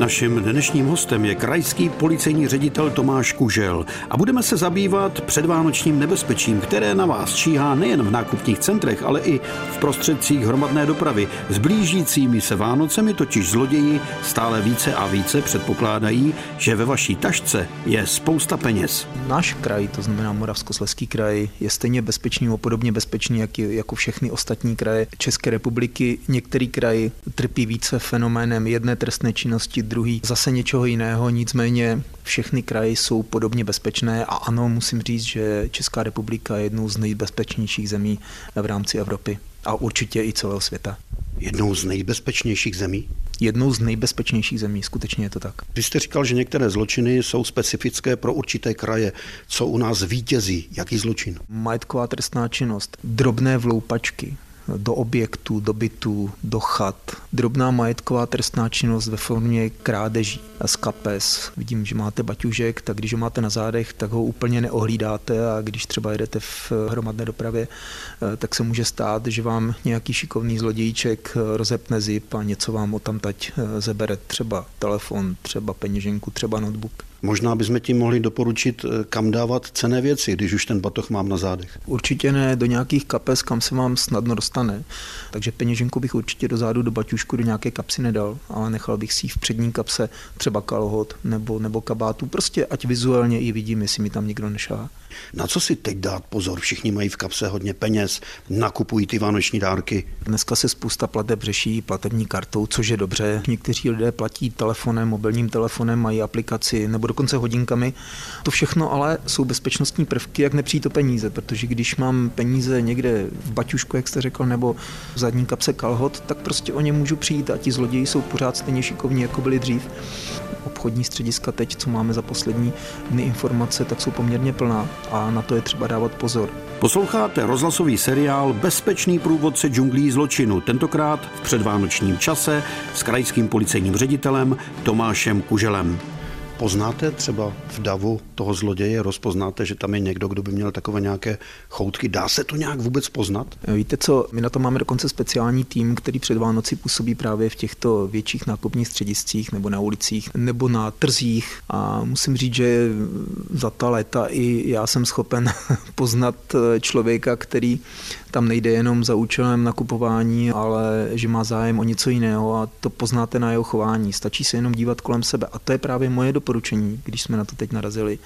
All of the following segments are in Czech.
Naším dnešním hostem je krajský policejní ředitel Tomáš Kužel a budeme se zabývat předvánočním nebezpečím, které na vás číhá nejen v nákupních centrech, ale i v prostředcích hromadné dopravy. S blížícími se Vánocemi totiž zloději stále více a více předpokládají, že ve vaší tašce je spousta peněz. Náš kraj, to znamená Moravskoslezský kraj, je stejně bezpečný nebo podobně bezpečný jako všechny ostatní kraje České republiky. Některý kraj trpí více fenoménem jedné trestné činnosti, druhý zase něčeho jiného, nicméně všechny kraje jsou podobně bezpečné a ano, musím říct, že Česká republika je jednou z nejbezpečnějších zemí v rámci Evropy a určitě i celého světa. Jednou z nejbezpečnějších zemí? Jednou z nejbezpečnějších zemí, skutečně je to tak. Když jste říkal, že některé zločiny jsou specifické pro určité kraje, co u nás vítězí, jaký zločin? Majetková trestná činnost, drobné vloupačky do objektů, do bytů, do chat. Drobná majetková trestná činnost ve formě krádeží z kapes. Vidím, že máte baťužek, tak když ho máte na zádech, tak ho úplně neohlídáte a když třeba jedete v hromadné dopravě, tak se může stát, že vám nějaký šikovný zlodějíček rozepne zip a něco vám odtamtať zabere, třeba telefon, třeba peněženku, třeba notebook. Možná bychom tím mohli doporučit, kam dávat cenné věci, když už ten batoh mám na zádech. Určitě ne do nějakých kapes, kam se vám snadno dostane. Takže peněženku bych určitě do zádu, do baťušku, do nějaké kapsy nedal, ale nechal bych si ji v přední kapse, třeba kalhot nebo kabátu. Prostě ať vizuálně i vidím, jestli mi tam nikdo nešahá. Na co si teď dát pozor? Všichni mají v kapse hodně peněz, nakupují ty vánoční dárky. Dneska se spousta plateb řeší platební kartou, což je dobře. Někteří lidé platí telefonem, mobilním telefonem, mají aplikaci nebo dokonce hodinkami. To všechno ale jsou bezpečnostní prvky, jak nepřijít o peníze, protože když mám peníze někde v baťušku, jak jste řekl, nebo v zadní kapse kalhot, tak prostě o ně můžu přijít a ti zloději jsou pořád stejně šikovní, jako byli dřív. Obchodní střediska teď, co máme za poslední dny informace, tak jsou poměrně plná a na to je třeba dávat pozor. Posloucháte rozhlasový seriál Bezpečný průvodce džunglí zločinu, tentokrát v předvánočním čase s krajským policejním ředitelem Tomášem Kuželem. Poznáte třeba v davu toho zloděje, rozpoznáte, že tam je někdo, kdo by měl takové nějaké choutky? Dá se to nějak vůbec poznat? Víte co, my na to máme dokonce speciální tým, který před Vánoci působí právě v těchto větších nákupních střediscích nebo na ulicích nebo na trzích a musím říct, že za ta léta i já jsem schopen poznat člověka, který tam nejde jenom za účelem nakupování, ale že má zájem o něco jiného a to poznáte na jeho chování. Stačí se jenom dívat kolem sebe a to je právě moje doporučení, když jsme na to teď narazili.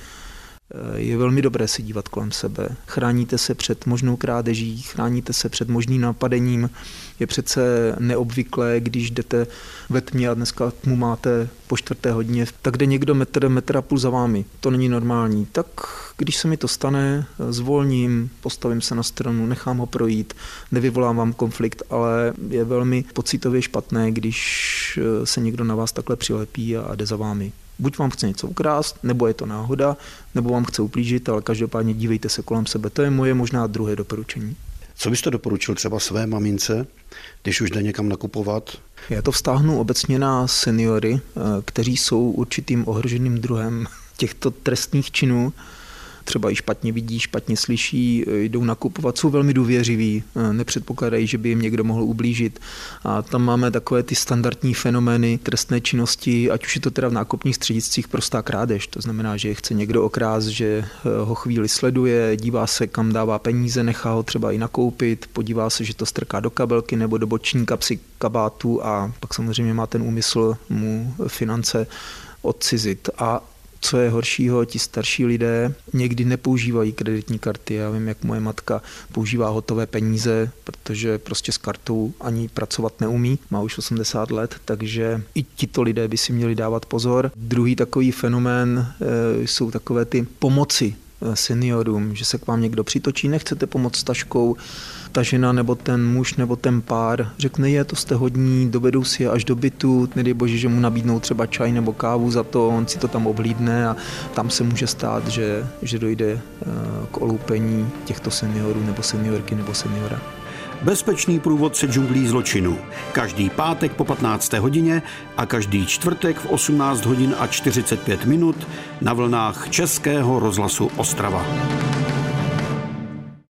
Je velmi dobré se dívat kolem sebe. Chráníte se před možnou krádeží, chráníte se před možným napadením. Je přece neobvyklé, když jdete ve tmě a dneska tmu máte po 4. hodině, tak jde někdo metr a půl za vámi. To není normální. Tak když se mi to stane, zvolním, postavím se na stranu, nechám ho projít, nevyvolávám konflikt, ale je velmi pocitově špatné, když se někdo na vás takhle přilepí a jde za vámi. Buď vám chce něco ukrást, nebo je to náhoda, nebo vám chce ublížit, ale každopádně dívejte se kolem sebe. To je moje možná druhé doporučení. Co byste doporučil třeba své mamince, když už jde někam nakupovat? Já to vztáhnu obecně na seniory, kteří jsou určitým ohroženým druhem těchto trestných činů. Třeba i špatně vidí, špatně slyší, jdou nakupovat, jsou velmi důvěřiví, nepředpokládají, že by jim někdo mohl ublížit. A tam máme takové ty standardní fenomény trestné činnosti, ať už je to teda v nákupních střediscích prostá krádež. To znamená, že chce někdo okrást, že ho chvíli sleduje, dívá se, kam dává peníze, nechá ho třeba i nakoupit, podívá se, že to strká do kabelky nebo do boční kapsy kabátu a pak samozřejmě má ten úmysl mu finance odcizit. A co je horšího, ti starší lidé někdy nepoužívají kreditní karty. Já vím, jak moje matka používá hotové peníze, protože prostě s kartou ani pracovat neumí. Má už 80 let, takže i tito lidé by si měli dávat pozor. Druhý takový fenomén jsou takové ty pomoci seniorům, že se k vám někdo přitočí, nechcete pomoct s taškou, ta žena nebo ten muž nebo ten pár řekne, to jste hodní, dovedou si je až do bytu, nedej bože, že mu nabídnou třeba čaj nebo kávu za to, on si to tam oblídne a tam se může stát, že dojde k oloupení těchto seniorů nebo seniorky nebo seniora. Bezpečný průvodce džunglí zločinu. Každý pátek po 15. hodině a každý čtvrtek v 18 hodin a 45 minut na vlnách Českého rozhlasu Ostrava.